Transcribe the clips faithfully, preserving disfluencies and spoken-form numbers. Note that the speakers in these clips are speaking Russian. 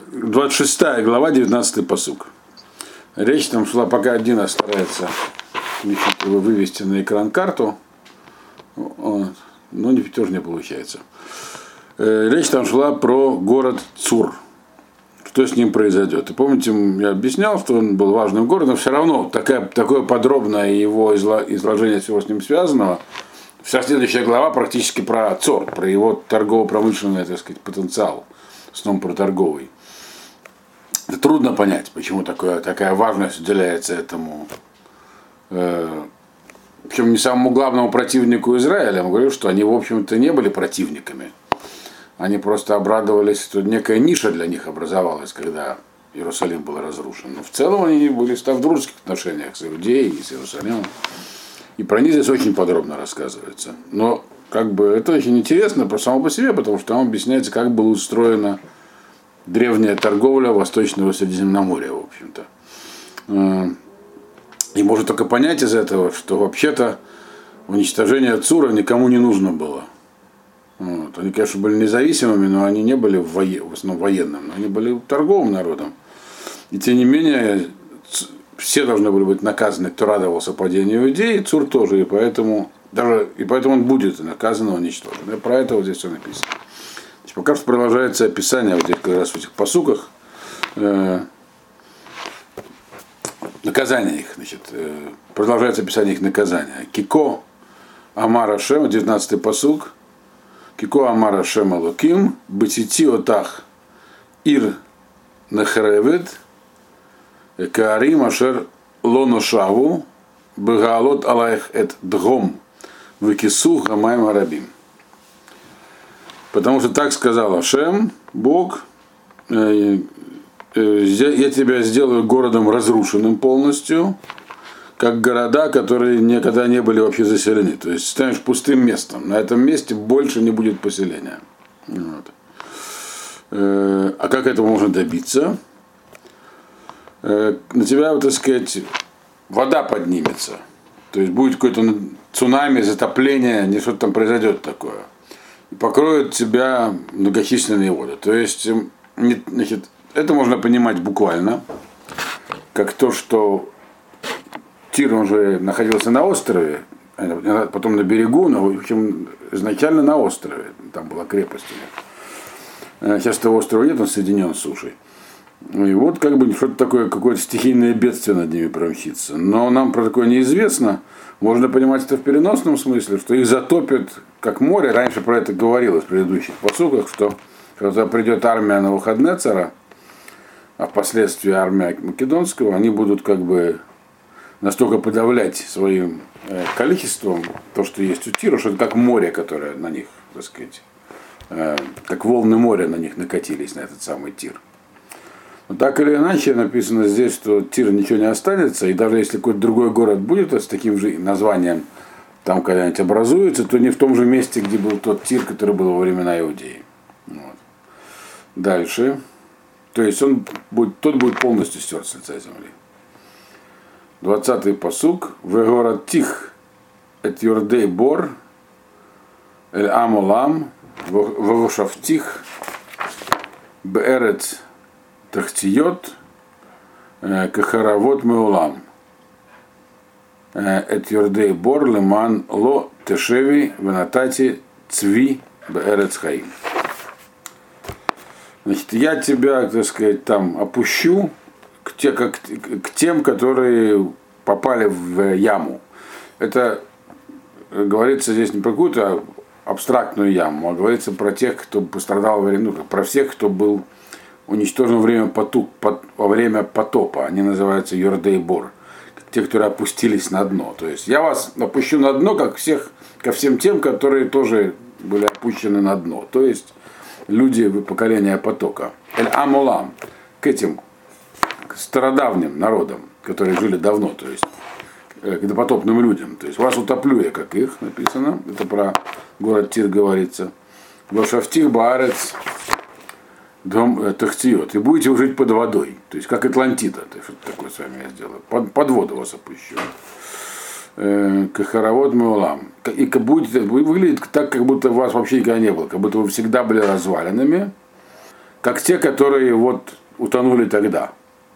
двадцать шестая глава, девятнадцатый пасук. Речь там шла, пока один старается его вывести на экран карту, но не, тоже не получается. Речь там шла про город Цур. Что с ним произойдет. И помните, я объяснял, что он был важным городом, но все равно такая, такое подробное его изложение всего с ним связанного. Вся следующая глава практически про Цур, про его торгово-промышленный, так сказать, потенциал, в основном про торговый. Это трудно понять, почему такое, такая важность уделяется этому, э, причем не самому главному противнику Израиля. Я говорю, что они, в общем-то, не были противниками. Они просто обрадовались, что некая ниша для них образовалась, когда Иерусалим был разрушен. Но в целом они были в дружеских отношениях с Иудеей и с Иерусалимом. И про них здесь очень подробно рассказывается. Но как бы это очень интересно по само по себе, потому что там объясняется, как была устроена древняя торговля Восточного Средиземноморья, в общем-то. И можно только понять из этого, что вообще-то уничтожение Цура никому не нужно было. Вот. Они, конечно, были независимыми, но они не были в, вое... в основном военным, но они были торговым народом. И тем не менее, все должны были быть наказаны, кто радовался падению Иудеи, Цур тоже, и поэтому, даже, и поэтому он будет наказан и уничтожен. И про это вот здесь все написано. Значит, пока что продолжается описание вот этих, как раз в этих пасуках, э, наказания их, значит, э, продолжается описание их наказания. Кико Амар Ашем, девятнадцатый пасук. Кико Амар Ашем Алоким, Бетити Отах Ир Нахаревет, Каарим Ашер Лоношаву, Бегаалот Алаих Эт Дгом, Векису Гамаем Арабим. Потому что так сказал Ашем, Бог, я тебя сделаю городом разрушенным полностью, как города, которые никогда не были вообще заселены. То есть станешь пустым местом. На этом месте больше не будет поселения. Вот. А как этого можно добиться? На тебя, так сказать, вода поднимется. То есть будет какое-то цунами, затопление, не что-то там произойдет такое. И покроют тебя многочисленные воды. То есть, значит, это можно понимать буквально, как то, что Тир, он же находился на острове, потом на берегу, но, в общем, изначально на острове. Там была крепость. Сейчас этого острова нет, он соединен с сушей. И вот как бы что-то такое, какое-то стихийное бедствие над ними промчится. Но нам про такое неизвестно. Можно понимать это в переносном смысле, что их затопят как море. Раньше про это говорилось в предыдущих посуках, что когда придет армия Навуходнецара, а впоследствии армия Македонского, они будут как бы настолько подавлять своим э, количеством то, что есть у Тира, что это как море, которое на них, так сказать, э, как волны моря на них накатились, на этот самый Тир. Но так или иначе написано здесь, что Тир ничего не останется, и даже если какой-то другой город будет с таким же названием там когда-нибудь образуется, то не в том же месте, где был тот Тир, который был во времена Иудеи. Вот. Дальше. То есть он будет, тот будет полностью стерт с лица земли. двадцатый пасук. Вегород тих эт юрдей бор эль амулам вегошафтих беэрет тахтиот кахаравот меулам эт юрдей бор леман ло тешеви венатати цви беэрет хаим. Значит, я тебя, так сказать, там опущу к, те, как, к тем, которые попали в яму. Это говорится здесь не про какую-то абстрактную яму, а говорится про тех, кто пострадал во время, ну, про всех, кто был уничтожен во время, потуп, по, во время потопа. Они называются Йордей-Бор. Те, которые опустились на дно. То есть я вас опущу на дно, как всех, ко всем тем, которые тоже были опущены на дно. То есть люди поколения потока. Эль-Амулам. К этим к стародавним народам, которые жили давно, то есть к допотопным людям. То есть вас утоплю я, как их, написано. Это про город Тир говорится. Вашафтих баарец дом тахтиот. И будете вы жить под водой. То есть как Атлантида. То есть что-то такое с вами я сделаю. Под, под воду вас опущу. Кахаравод меулам. И будет, выглядит так, как будто вас вообще никогда не было. Как будто вы всегда были развалинами. как те, которые вот утонули тогда.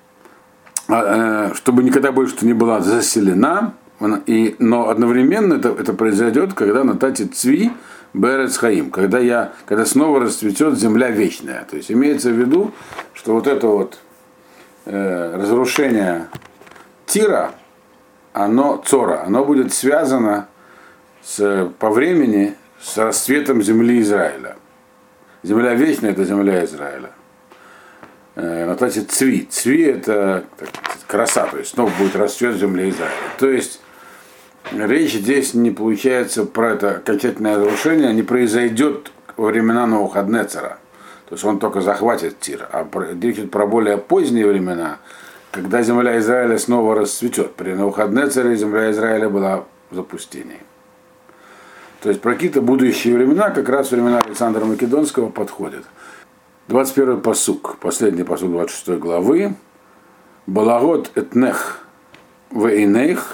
Чтобы никогда больше не была заселена, и, но одновременно это, это произойдет, когда нататит цви берец хаим, когда, я, когда снова расцветет земля вечная. То есть имеется в виду, что вот это вот э, разрушение Тира, оно, Цора, оно будет связано с, по времени с расцветом земли Израиля. Земля вечная — это земля Израиля. Э, нататит цви. Цви — это так, краса, то есть снова будет расцвет земли Израиля. То есть речь здесь не получается про это окончательное разрушение, не произойдет во времена Навуходнецера. То есть он только захватит Тир. А речь идет про более поздние времена, когда земля Израиля снова расцветет. При Навуходнецере земля Израиля была в запустении. То есть про какие-то будущие времена, как раз времена Александра Македонского подходят. двадцать первый пасук, последний пасук двадцать шестой главы. Балагот этнех вейнех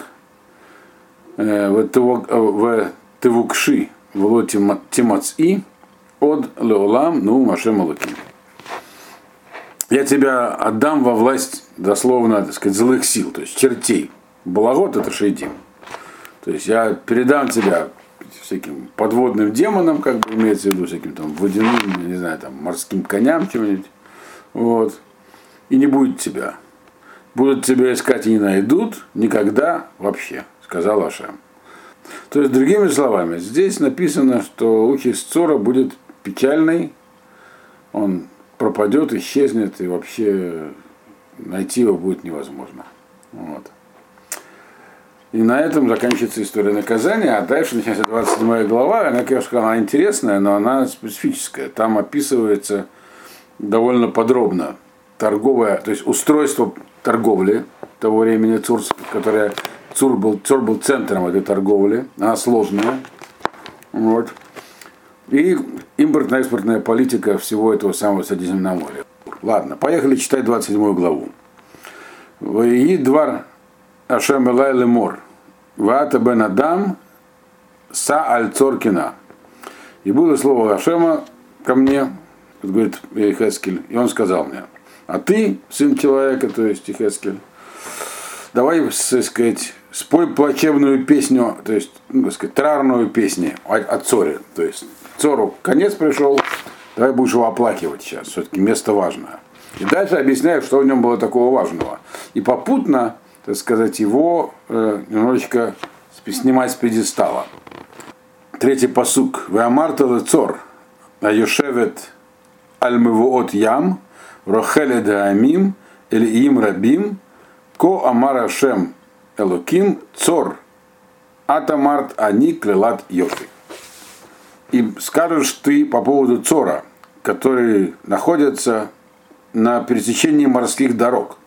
в тевукши в тимаци от леолам ну машем алаким. Я тебя отдам во власть, дословно, так сказать, злых сил, то есть чертей. Балагот — это шейдим. То есть я передам тебя всяким подводным демонам, как бы имеется в виду, всяким там водяным, не знаю, там морским коням, чего-нибудь. Вот. И не будет тебя. Будут тебя искать и не найдут никогда вообще, сказал Ашем. То есть, другими словами, здесь написано, что участь Цора будет печальной, он пропадет, исчезнет, и вообще найти его будет невозможно. Вот. И на этом заканчивается история наказания, а дальше начинается двадцать седьмая глава, она, конечно, она интересная, но она специфическая. Там описывается довольно подробно торговое, то есть устройство торговли того времени Цур, которая Цур был, Цур был центром этой торговли, она сложная. Вот. И импортно-экспортная политика всего этого самого Средиземноморья. Ладно, поехали читать двадцать седьмую главу. Ваи двор Ашем Элай лемор, Ваата бен Адам са аль Цоркина. И было слово Ашема ко мне, говорит Ихескель, и он сказал мне: а ты, сын человека, то есть Ихескель, давай, так сказать, спой плачевную песню, то есть, ну, так сказать, трарную песню о, о Цоре. То есть Цору конец пришел, давай будешь его оплакивать сейчас, все-таки место важное. И дальше объясняю, что в нем было такого важного. И попутно, так сказать, его э, немножечко снимать с пьедестала. Третий пасук. Веамартала Цор, аюшевет аль-мевуот ям, рохеле даамим, или им рабим, ко амар Ашем элоким, Цор, атамарт ани клелат йофи. И скажешь ты по поводу Цора, который находится на пересечении морских дорог.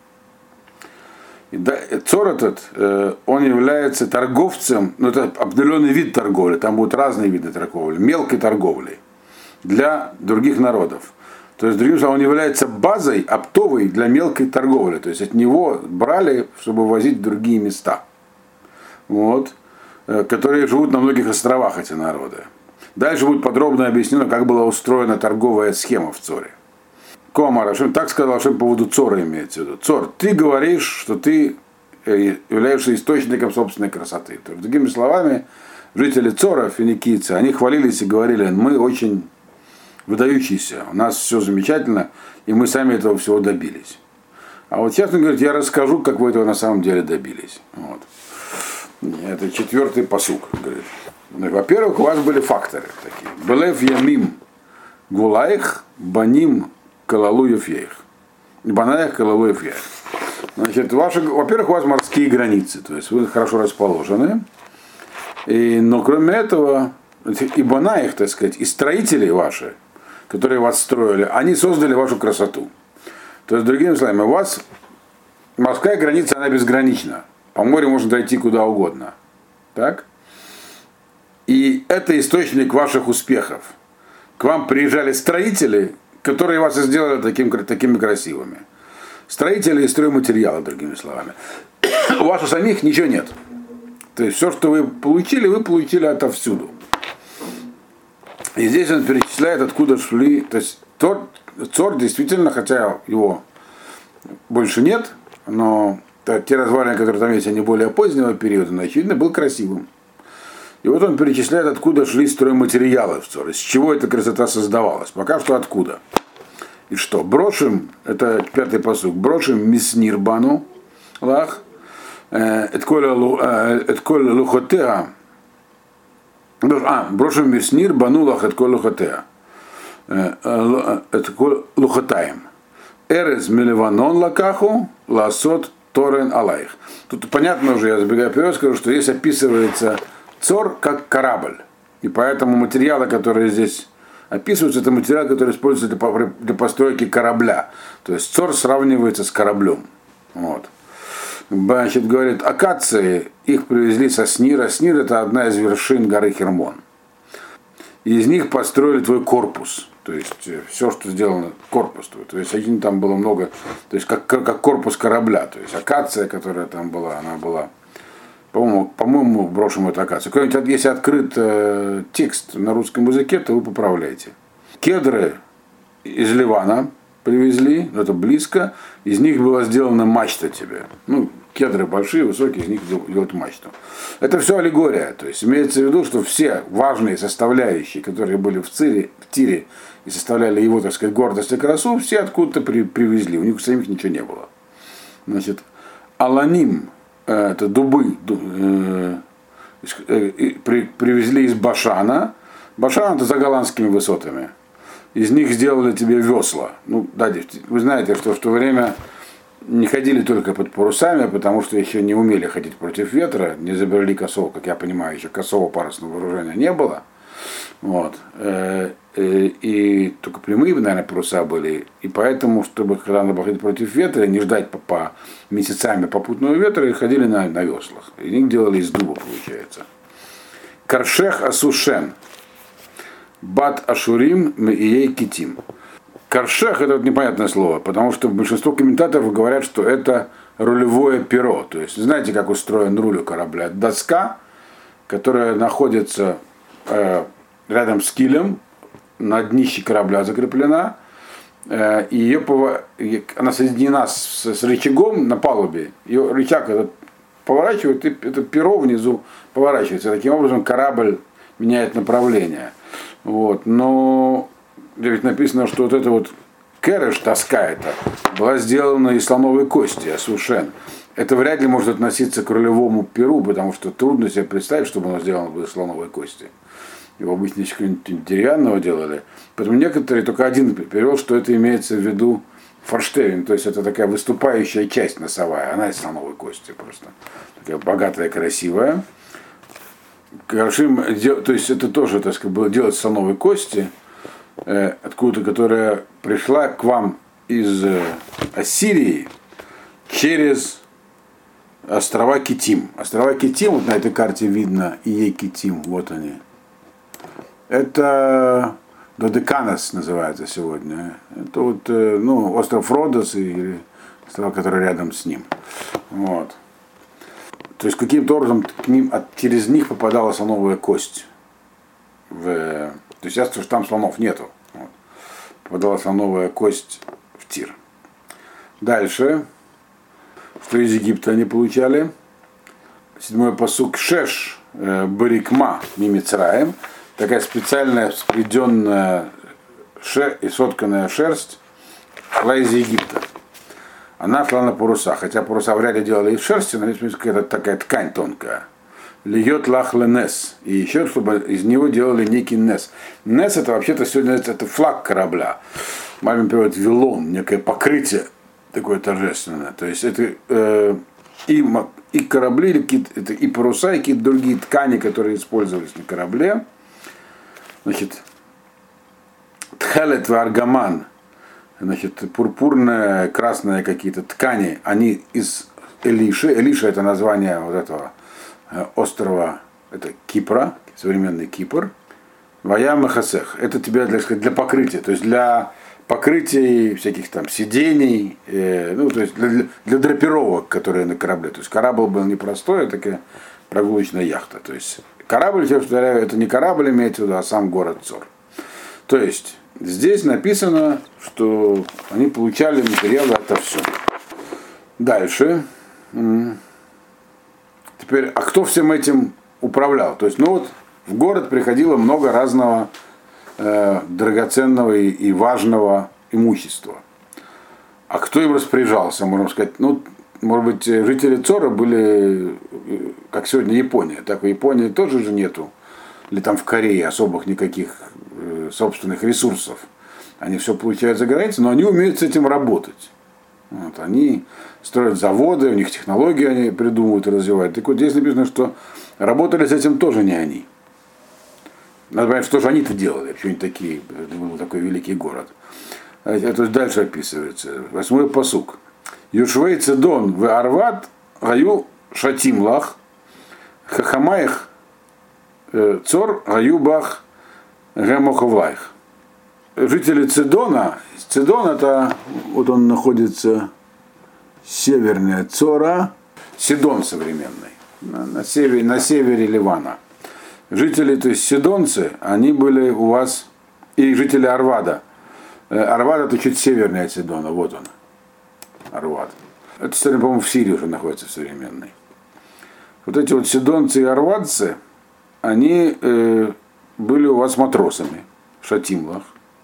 И да, Цор этот, э, он является торговцем, ну это определенный вид торговли, там будут разные виды торговли, мелкой торговли для других народов. То есть, другим словом, он является базой оптовой для мелкой торговли. То есть от него брали, чтобы возить в другие места. Вот, э, которые живут на многих островах, эти народы. Дальше будет подробно объяснено, как была устроена торговая схема в Цоре. Коамар Ашем, так сказал Ашем по поводу Цора, имеется в виду. Цор, ты говоришь, что ты являешься источником собственной красоты. То есть, другими словами, жители Цора, финикийцы, они хвалились и говорили: мы очень выдающиеся, у нас все замечательно, и мы сами этого всего добились. А вот сейчас он говорит: я расскажу, как вы этого на самом деле добились. Вот. Это четвертый пасук. Говорит. Во-первых, у вас были факторы такие. Белев ямим гулаих баним калалуев еих. Банаях калалуев еих. Значит, ваши, во-первых, у вас морские границы, то есть вы хорошо расположены. И, но кроме этого, и банаих, так сказать, и строители ваши, которые вас строили, они создали вашу красоту. То есть, другими словами, у вас морская граница, она безгранична. По морю можно дойти куда угодно. Так? И это источник ваших успехов. К вам приезжали строители, которые вас и сделали таким, такими красивыми. Строители и стройматериалы, другими словами. У вас у самих ничего нет. То есть все, что вы получили, вы получили отовсюду. И здесь он перечисляет, откуда шли. То есть то, Цор действительно, хотя его больше нет, но те развалины, которые там есть, они более позднего периода, но, очевидно, был красивым. И вот он перечисляет, откуда шли стройматериалы в Цор, из чего эта красота создавалась. Пока что откуда. И что? Брошим, это пятый посук, брошим миснир бану лах, этколя лухотеа, а, брошим миснир бану лах этколя лухотеа, этколя лухотаем. Эрез меливанон лакаху ласот торен алайх. Тут понятно уже, я забегая вперед, скажу, что здесь описывается Цор как корабль. И поэтому материалы, которые здесь описываются, это материал, который используется для, для постройки корабля. То есть Цор сравнивается с кораблем. Вот. Значит, говорит, акации, их привезли со Снира. Снир это одна из вершин горы Хермон. И из них построили твой корпус. То есть все, что сделано, корпус твой. То есть один там было много, то есть как, как корпус корабля. То есть акация, которая там была, она была, по-моему, по-моему, брошим эту акацию. Кроме, если открыт э, текст на русском языке, то вы поправляете. Кедры из Ливана привезли, это близко, из них была сделана мачта тебе. Ну, кедры большие, высокие, из них делают мачту. Это все аллегория, то есть имеется в виду, что все важные составляющие, которые были в, Цире, в Тире и составляли его, так сказать, гордость и красу, все откуда-то при, привезли, у них самих ничего не было. Значит, аланим, это дубы, э, э, при, привезли из Башана. Башан это за голландскими высотами. Из них сделали тебе весла. Ну, да, вы знаете, что в то время не ходили только под парусами, потому что еще не умели ходить против ветра, не изобрели косого, как я понимаю, еще косого парусного вооружения не было. Вот. И только прямые, наверное, паруса были. И поэтому, чтобы когда надо было ходить против ветра, не ждать по, по месяцами попутного ветра, и ходили на, на веслах. И них делали из дуба, получается. Каршех Асушен. Бат Ашурим Меией Китим. Каршех это вот непонятное слово, потому что большинство комментаторов говорят, что это рулевое перо. То есть, знаете, как устроен руль у корабля? Это доска, которая находится э, рядом с килем, на днище корабля закреплена, э, и ее, она соединена с, с рычагом на палубе. Ее рычаг этот поворачивает, и это перо внизу поворачивается. Таким образом корабль меняет направление. Вот. Но ведь написано, что вот это вот кереш, тоска эта, была сделана из слоновой кости, асушен. Это вряд ли может относиться к рулевому перу, потому что трудно себе представить, чтобы оно сделано было из слоновой кости. Его обычно из какого-нибудь деревянного делали. Поэтому некоторые, только один перевел, что это имеется в виду форштевень, то есть это такая выступающая часть носовая, она из слоновой кости просто. Такая богатая, красивая. Каршим, то есть это тоже, так сказать, было делать слоновой кости, э, откуда-то, которая пришла к вам из э, Ассирии через острова Китим. Острова Китим, вот на этой карте видно, и Китим, вот они. Это Додеканес называется сегодня. Это вот, э, ну, остров Родос и острова, которые рядом с ним. Вот. То есть каким-то образом к ним, от, через них попадала слоновая кость. В, то есть ясно, что там слонов нету. Вот. Попадала слоновая кость в Тир. Дальше. Что из Египта они получали? Седьмой пасук Шеш э, Барикма Мимицраем. Такая специальная сплетенная ше, и сотканная шерсть шла из Египта. Она шла на паруса, хотя паруса вряд ли делали из шерсти, но здесь какая-то такая ткань тонкая. Льет лахле нес. И еще, чтобы из него делали некий нес. Нес это вообще-то сегодня это флаг корабля. Мамин переводит вилон, некое покрытие такое торжественное. То есть это э, и, и корабли, это и паруса, и какие-то другие ткани, которые использовались на корабле. Значит, тхелет варгаман. Значит, пурпурные, красные какие-то ткани, они из Элиши. Элиша это название вот этого острова, это Кипра, современный Кипр. Ваям и Хасех. Это тебе для, для покрытия, то есть для покрытия всяких там сидений, э, ну, то есть для, для драпировок, которые на корабле. То есть корабль был непростой, а такая прогулочная яхта. То есть корабль, я повторяю, это не корабль имеется в виду, а сам город Цор. То есть Здесь написано, что они получали материалы отовсюду. Дальше. Теперь, а кто всем этим управлял? То есть, ну вот в город приходило много разного э, драгоценного и, и важного имущества. А кто им распоряжался, можно сказать? Ну, может быть, жители Цора были, как сегодня Япония. Так в Японии тоже же нету, или там в Корее особых никаких э, собственных ресурсов. Они все получают за границей, но они умеют с этим работать. Вот, они строят заводы, у них технологии они придумывают и развивают. Так вот здесь написано, что работали с этим тоже не они. Надо понять, что же они-то делали, почему они такие, это был такой великий город. Это дальше описывается. Восьмой пасук. Юшвей Цедон в Арват гаю шатимлах хахамаих цор гаю бах гемоховлайх. Жители Цедона, Цедон это, вот он находится северная Цора, Сидон современный, на, на, севере, на севере Ливана. Жители, то есть сидонцы, они были у вас, и жители Арвада. Арвад это чуть севернее Сидона, вот он, Арвад. Это, по-моему, в Сирии уже находится в современной. Вот эти вот сидонцы и арвадцы, они э, были у вас матросами в Шатимлах.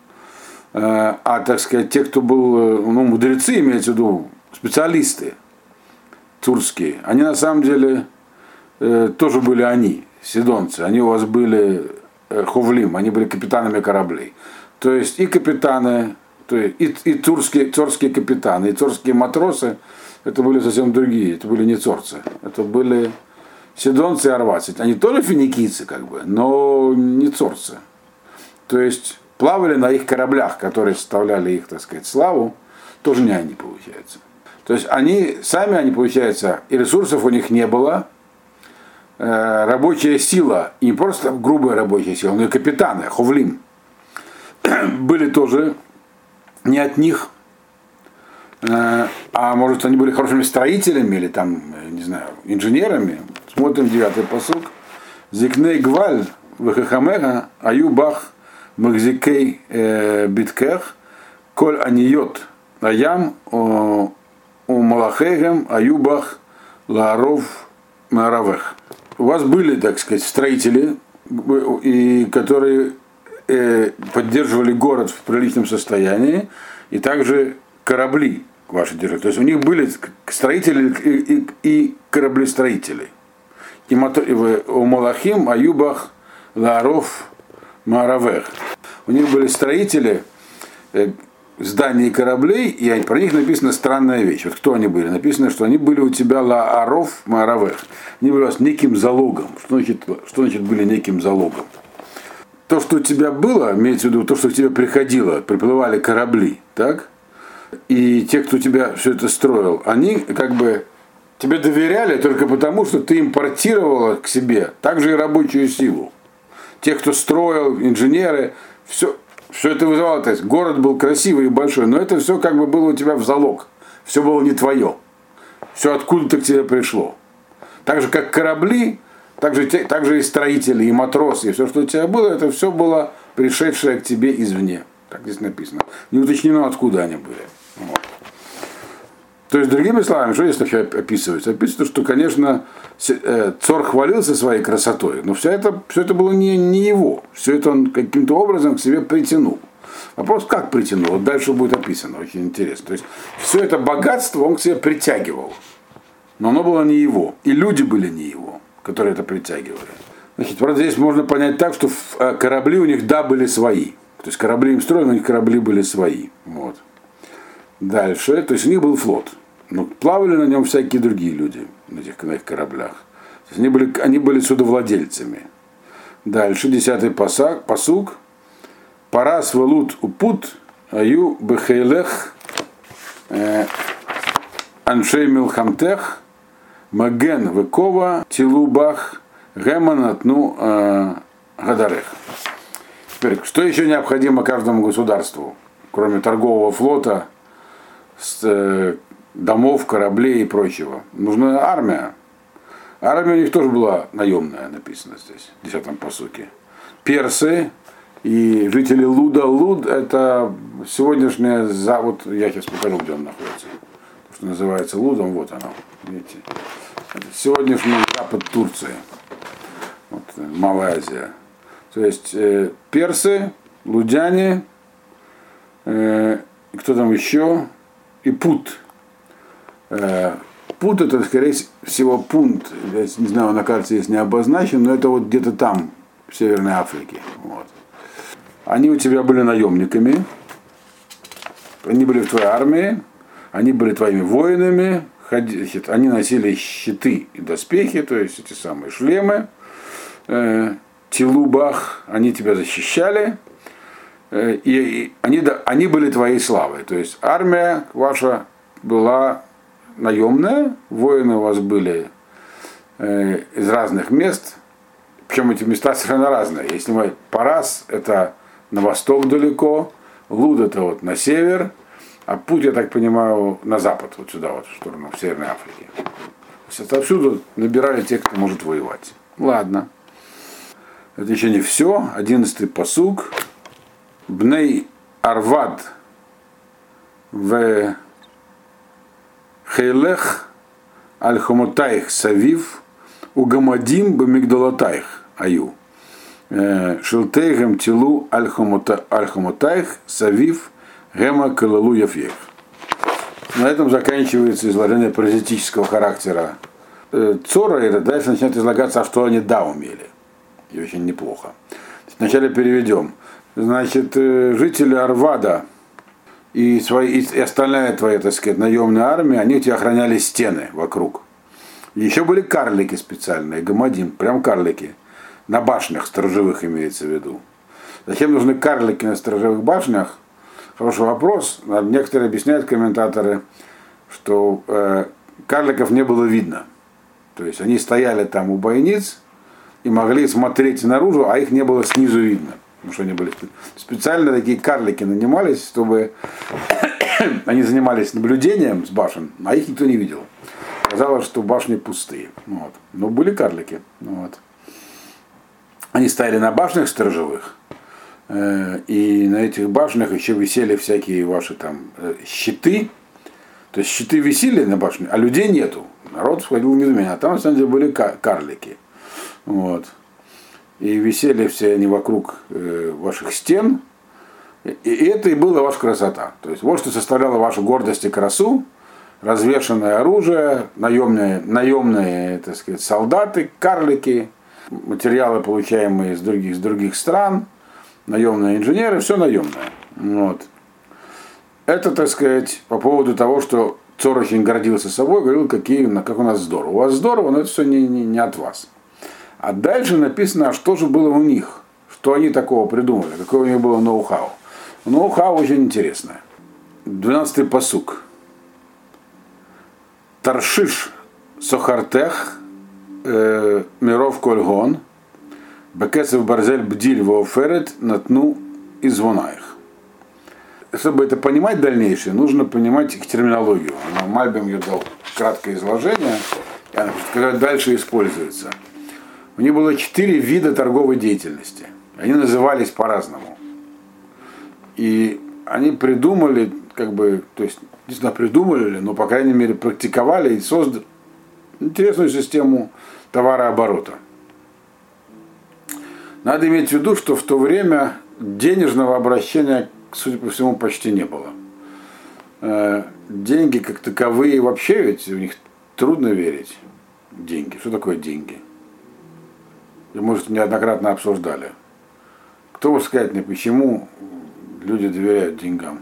Э, а, так сказать, те, кто был, ну, мудрецы, имеется в виду, специалисты турские, они на самом деле э, тоже были они, сидонцы. Они у вас были э, ховлим, они были капитанами кораблей. То есть и капитаны, то есть и, и турские, цорские капитаны, и цорские матросы, это были совсем другие, это были не цорцы, это были сидонцы и арвадцы. Они тоже финикийцы, как бы, но не цорцы. То есть плавали на их кораблях, которые составляли их, так сказать, славу, тоже не они, получается. То есть они, сами они, получается, и ресурсов у них не было, э, рабочая сила, и не просто грубая рабочая сила, но и капитаны, ховлим, были тоже не от них, э, а может они были хорошими строителями или там, не знаю, инженерами. Смотрим девятый пасук. Зикней гваль вехахамеха аюбах махзикей биткех коль аниот аям у малахегем аюбах лааров маравех. У вас были, так сказать, строители, и которые э, поддерживали город в приличном состоянии, и также корабли ваши держали. То есть у них были строители и, и, и кораблестроители. И у Малахим Аюбах Лааров Маравех. У них были строители э, зданий и кораблей, и про них написана странная вещь. Вот кто они были? Написано, что они были у тебя Лааров Маравех. Они были у вас неким залогом. Что значит, что значит были неким залогом? То, что у тебя было, имеется в виду то, что к тебе приходило, приплывали корабли, так? И те, кто у тебя все это строил, они как бы тебе доверяли только потому, что ты импортировала к себе также и рабочую силу. Те, кто строил, инженеры, все, все это вызывало, то есть город был красивый и большой, но это все как бы было у тебя в залог. Все было не твое. Все откуда-то к тебе пришло. Так же, как корабли, так же, так же и строители, и матросы, и все, что у тебя было, это все было пришедшее к тебе извне. Так здесь написано. Не уточнено, откуда они были. Вот. То есть, другими словами, что здесь вообще описывается? Описывается, что, конечно, Цор хвалился своей красотой, но все это, все это было не, не его. Все это он каким-то образом к себе притянул. Вопрос, как притянул? Вот дальше будет описано, очень интересно. То есть, все это богатство он к себе притягивал, но оно было не его. И люди были не его, которые это притягивали. Значит, правда, здесь можно понять так, что корабли у них, да, были свои. То есть, корабли им строили, но у них корабли были свои. Вот. Дальше, то есть у них был флот, но плавали на нем всякие другие люди, на этих, на их кораблях. То есть они были, они были судовладельцами. Дальше, десятый пасак, пасук. Парас велут упут аю бехейлех аншей милхамтех маген векова тилубах геманатну гадарех. Теперь, что еще необходимо каждому государству, кроме торгового флота, с домов, кораблей и прочего? Нужна армия. Армия у них тоже была наемная, написано здесь, в десятом пасуке. Персы И жители Луда, Луд это сегодняшняя, за, вот я сейчас покажу, где он находится. То, что называется Лудом, вот оно, видите. Это сегодняшний запад Турции, вот, Малая Азия. То есть э, персы, лудяне, э, кто там еще, и Пут. Э, Пут это, скорее всего, пункт, я не знаю, на карте здесь не обозначен, но это вот где-то там, в Северной Африке. Вот. Они у тебя были наемниками, они были в твоей армии, они были твоими воинами, они носили щиты и доспехи, то есть эти самые шлемы, э, тилубах, они тебя защищали, э, и, и они, они были твоей славой. То есть армия ваша была наемная, воины у вас были э, из разных мест, причем эти места совершенно разные. Если мы Парас, это на восток далеко, Луд это вот на север, а Путь, я так понимаю, на запад, вот сюда, вот в сторону в Северной Африки. То есть отсюда набирали тех, кто может воевать. Ладно. Это еще не все. Одиннадцатый пасук. Бней Арвад в Хейлех Аль-Хомотаих Савив Угамадим Бамигдалатаих Аю. Шилтейгем Тилу Аль-Хомотаих Савив Гема Калалу Яфьев. На этом заканчивается изложение паразитического характера Цора, и дальше начинает излагаться, а что они да умели. И очень неплохо. Вначале переведем. Значит, жители Арвада и, свои, и остальная твоя, так сказать, наемная армия, они у тебя охраняли стены вокруг. И еще были карлики специальные, гамадим, прям карлики. На башнях сторожевых имеется в виду. Зачем нужны карлики на сторожевых башнях? Хороший вопрос. Некоторые объясняют, комментаторы, что э, карликов не было видно. То есть они стояли там у бойниц и могли смотреть наружу, а их не было снизу видно. Потому что они были специально такие карлики нанимались, чтобы они занимались наблюдением с башен, а их никто не видел. Казалось, что башни пустые. Вот. Но были карлики. Вот. Они стояли на башнях сторожевых, э, и на этих башнях еще висели всякие ваши там э, щиты. То есть щиты висели на башне, а людей нету. Народ входил в недоумение. А там на самом деле были карлики. Вот. И висели все они вокруг э, ваших стен. И, и это и была ваша красота. То есть вот что составляло вашу гордость и красу. Развешенное оружие, наемные, наемные, так сказать, солдаты, карлики, материалы, получаемые из других, из других стран, наемные инженеры, все наемное. Вот. Это, так сказать, по поводу того, что Цор очень гордился собой, говорил, какие, как у нас здорово. У вас здорово, но это все не, не, не от вас. А дальше написано, что же было у них, что они такого придумали, какое у них было ноу-хау. Ноу-хау очень интересное. Двенадцатый пасук. Таршиш Сохартех э, Миров Кольгон Бекесов Барзель Бдиль Вооферет Натну и Звонаих. Чтобы это понимать дальнейшее, нужно понимать их терминологию. Мальбим ее дал краткое изложение, и она, когда дальше используется. У них было четыре вида торговой деятельности. Они назывались по-разному. И они придумали, как бы, то есть, не знаю, придумали, но, по крайней мере, практиковали и создали интересную систему товарооборота. Надо иметь в виду, что в то время денежного обращения, судя по всему, почти не было. Деньги как таковые вообще, ведь у них трудно верить. Деньги. Что такое деньги? И, может, неоднократно обсуждали. Кто может сказать мне, почему люди доверяют деньгам?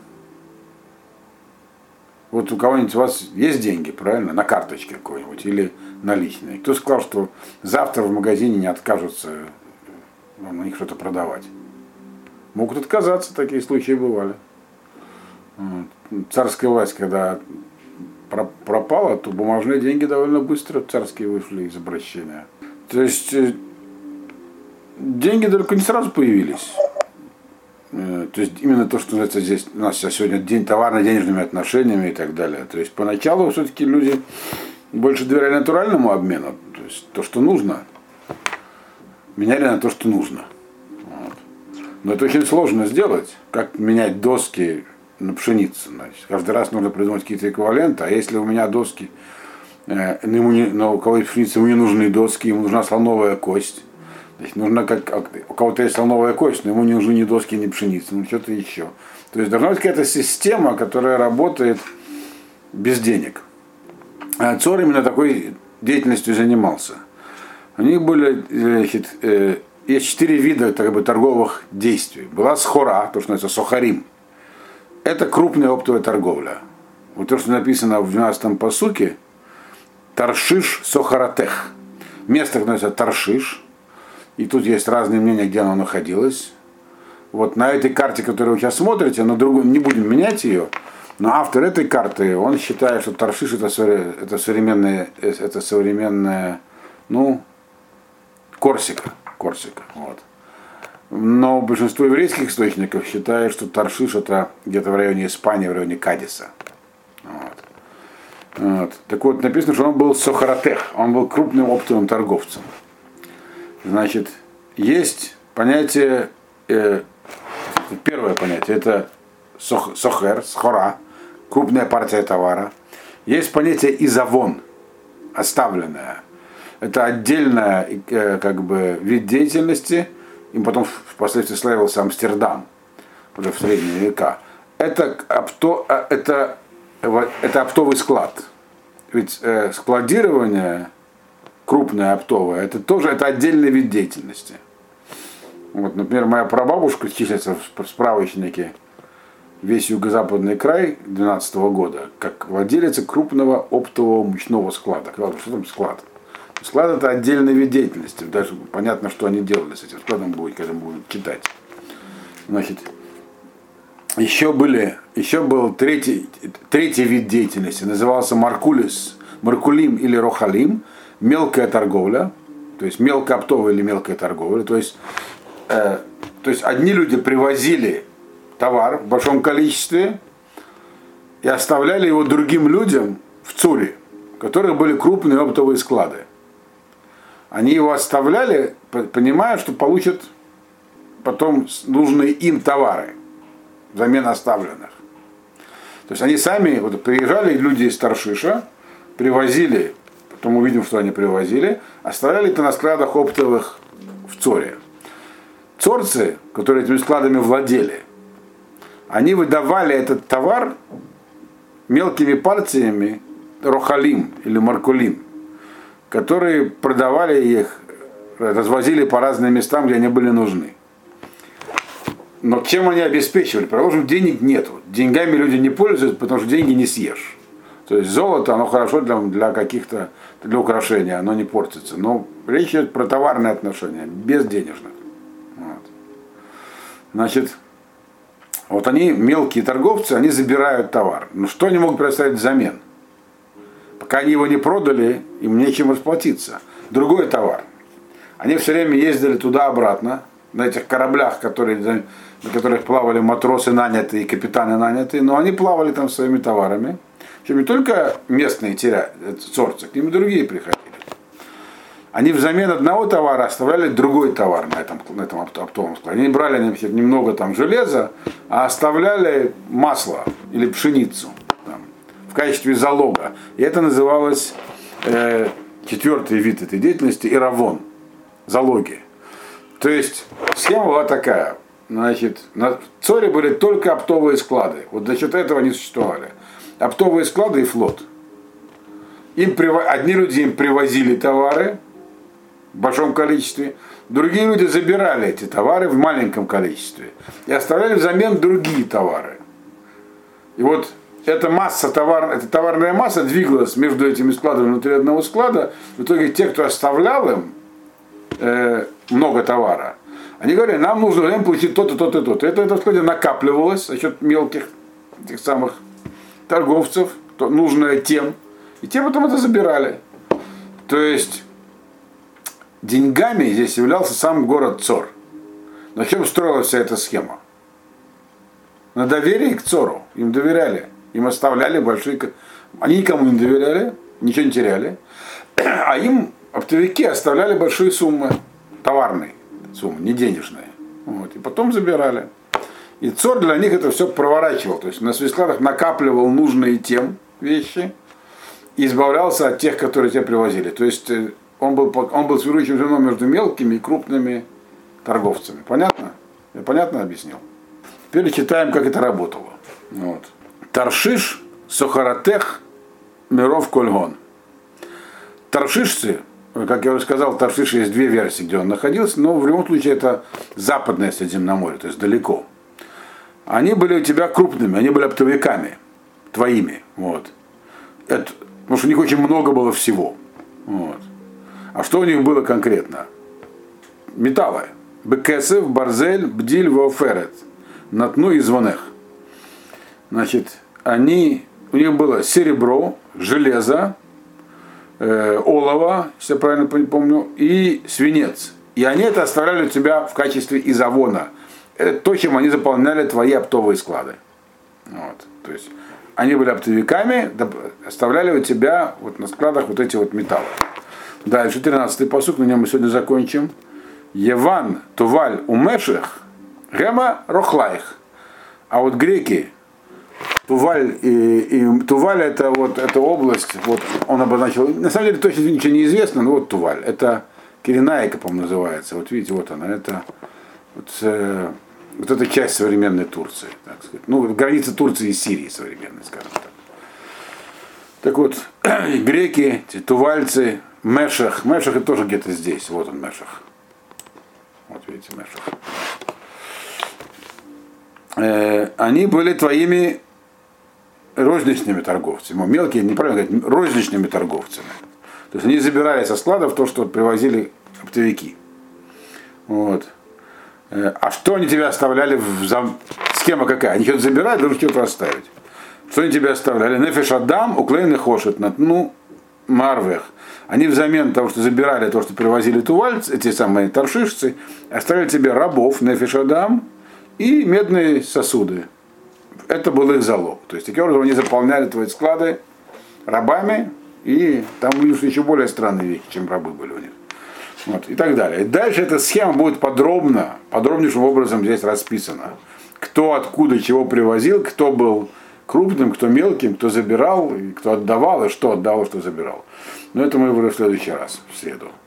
Вот у кого-нибудь у вас есть деньги, правильно? На карточке какой-нибудь или наличные. Кто сказал, что завтра в магазине не откажутся на них что-то продавать? Могут отказаться, такие случаи бывали. Царская власть, когда пропала, то бумажные деньги довольно быстро царские вышли из обращения. То есть деньги только не сразу появились. То есть именно то, что называется здесь, у нас сегодня день товарно-денежными отношениями и так далее. То есть поначалу все-таки люди больше доверяли натуральному обмену, то есть то, что нужно, меняли на то, что нужно. Вот. Но это очень сложно сделать. Как менять доски на пшеницу. Значит, каждый раз нужно придумать какие-то эквиваленты. А если у меня доски, э, ему не, но у кого-то пшеницы ему не нужны доски, ему нужна слоновая кость. Значит, нужно как, у кого-то есть слоновая кость, но ему не нужны ни доски, ни пшеницы, ну что-то еще. То есть должна быть какая-то система, которая работает без денег. А Цор именно такой деятельностью занимался. У них были, значит, э, есть четыре вида так бы, торговых действий. Была схора, то, что называется сохарим. Это крупная оптовая торговля. Вот то, что написано в двенадцатом пасуке, Таршиш Сохаратех. Место, которое называется Таршиш. И тут есть разные мнения, где оно находилось. Вот на этой карте, которую вы сейчас смотрите, на другую, не будем менять ее, но автор этой карты, он считает, что Таршиш это, это современная, это современная, ну, Корсика. Корсика. Вот. Но большинство еврейских источников считает, что Таршиш это где-то в районе Испании, в районе Кадиса. Вот. Вот. Так вот, написано, что он был Сохаратех, он был крупным оптовым торговцем. Значит, есть понятие, э, первое понятие, это сох, сохер, схора, крупная партия товара. Есть понятие изавон, оставленная. Это отдельная э, как бы, вид деятельности, им потом впоследствии славился Амстердам, уже в средние века. Это, опто, это, это оптовый склад. Ведь э, складирование крупное оптовое, это тоже это отдельный вид деятельности. Вот, например, моя прабабушка числится в справочнике весь юго-западный край двенадцатого года, как владелица крупного оптового мучного склада. Что там склад? Склад это отдельный вид деятельности. Даже понятно, что они делали с этим складом, будет, когда будем читать. Значит, еще, были, еще был третий, третий вид деятельности, назывался Маркулис, Маркулим или Рохалим. Мелкая торговля, то есть мелкооптовая или мелкая торговля, то есть, э, то есть одни люди привозили товар в большом количестве и оставляли его другим людям в Цуре, у которых были крупные оптовые склады. Они его оставляли, понимая, что получат потом нужные им товары взамен оставленных. То есть они сами, вот приезжали люди из Таршиша, привозили, потом увидим, что они привозили, оставляли это на складах оптовых в Цоре. Цорцы, которые этими складами владели, они выдавали этот товар мелкими партиями Рохалим или Маркулим, которые продавали их, развозили по разным местам, где они были нужны. Но чем они обеспечивали? Предположим, денег нету. Деньгами люди не пользуются, потому что деньги не съешь. То есть золото, оно хорошо для, для каких-то, для украшения, оно не портится. Но речь идет про товарные отношения, без денежных. Вот. Значит, вот они, мелкие торговцы, они забирают товар. Но что они могут предоставить взамен? Пока они его не продали, им нечем расплатиться. Другой товар. Они все время ездили туда-обратно, на этих кораблях, которые, на которых плавали матросы нанятые и капитаны нанятые, но они плавали там своими товарами. Причем не только местные теряли, цорцы, к ним и другие приходили. Они взамен одного товара оставляли другой товар на этом, на этом оптовом складе. Они не брали немного там железа, а оставляли масло или пшеницу там, в качестве залога. И это называлось э, четвертый вид этой деятельности – иравон, залоги. То есть схема была такая. Значит, на Цоре были только оптовые склады. Вот за счет этого они существовали. Оптовые склады и флот. Им прив... Одни люди им привозили товары в большом количестве, другие люди забирали эти товары в маленьком количестве и оставляли взамен другие товары. И вот эта масса товар... эта товарная масса двигалась между этими складами внутри одного склада. В итоге те, кто оставлял им э, много товара, они говорили, нам нужно время получить то-то, то-то, то-то. Это, это в складе накапливалось за счет мелких этих самых торговцев, то нужное тем, и те потом это забирали. То есть деньгами здесь являлся сам город Цор. На чем строилась вся эта схема? На доверии к Цору. Им доверяли. Им оставляли большие... Они никому не доверяли, ничего не теряли. А им оптовики оставляли большие суммы. Товарные суммы, не денежные. Вот, и потом забирали. И Цор для них это все проворачивал. То есть на своих складах накапливал нужные тем вещи и избавлялся от тех, которые тебе привозили. То есть он был, он был связующим звеном между мелкими и крупными торговцами. Понятно? Я понятно объяснил? Теперь читаем, как это работало. Вот. Таршиш, Сохаратех, Миров Кольгон. Таршишцы, как я уже сказал, в Таршише есть две версии, где он находился, но в любом случае это западное Средиземноморье, то есть далеко. Они были у тебя крупными, они были оптовиками, твоими. Вот. Это, потому что у них очень много было всего. Вот. А что у них было конкретно? Металлы. Бекесев, Барзель, Бдиль, Ваоферет. Натну и Звонех. Значит, они, у них было серебро, железо, э, олово, если я правильно помню, и свинец. И они это оставляли у тебя в качестве изавона. Это то, чем они заполняли твои оптовые склады. Вот. То есть они были оптовиками, оставляли у тебя вот на складах вот эти вот металлы. Дальше тринадцатый пасук, на нем мы сегодня закончим. Еван, Туваль, Умешех, Гема, Рохлайх. А вот греки, Туваль и, и Туваль это вот эта область, вот он обозначил, на самом деле точно ничего не известно, но вот Туваль, это Киренаика, по-моему, называется. Вот видите, вот она, это вот, э, вот эта часть современной Турции, так сказать. Ну, граница Турции и Сирии современной, скажем так. Так вот, греки, тувальцы, Мешах, Мешах это тоже где-то здесь, вот он Мешах. Вот видите, Мешах. Э, они были твоими розничными торговцами. Мелкие, неправильно говорить, розничными торговцами. То есть они забирали со складов то, что привозили оптовики. Вот. А что они тебе оставляли в зам... Схема какая? Они что-то забирают, должны что-то оставить. Что они тебе оставляли? Нефеш Адам, уклейны хошет, ну, марвех. Они взамен того, что забирали то, что привозили тувальцы, эти самые таршишцы, оставили тебе рабов, нефеш Адам, и медные сосуды. Это был их залог. То есть таким образом они заполняли твои склады рабами, и там были еще более странные вещи, чем рабы были у них. Вот, и так далее. И дальше эта схема будет подробно, подробнейшим образом здесь расписана. Кто откуда чего привозил, кто был крупным, кто мелким, кто забирал, и кто отдавал, и что отдавал, что забирал. Но это мы будем в следующий раз, в среду.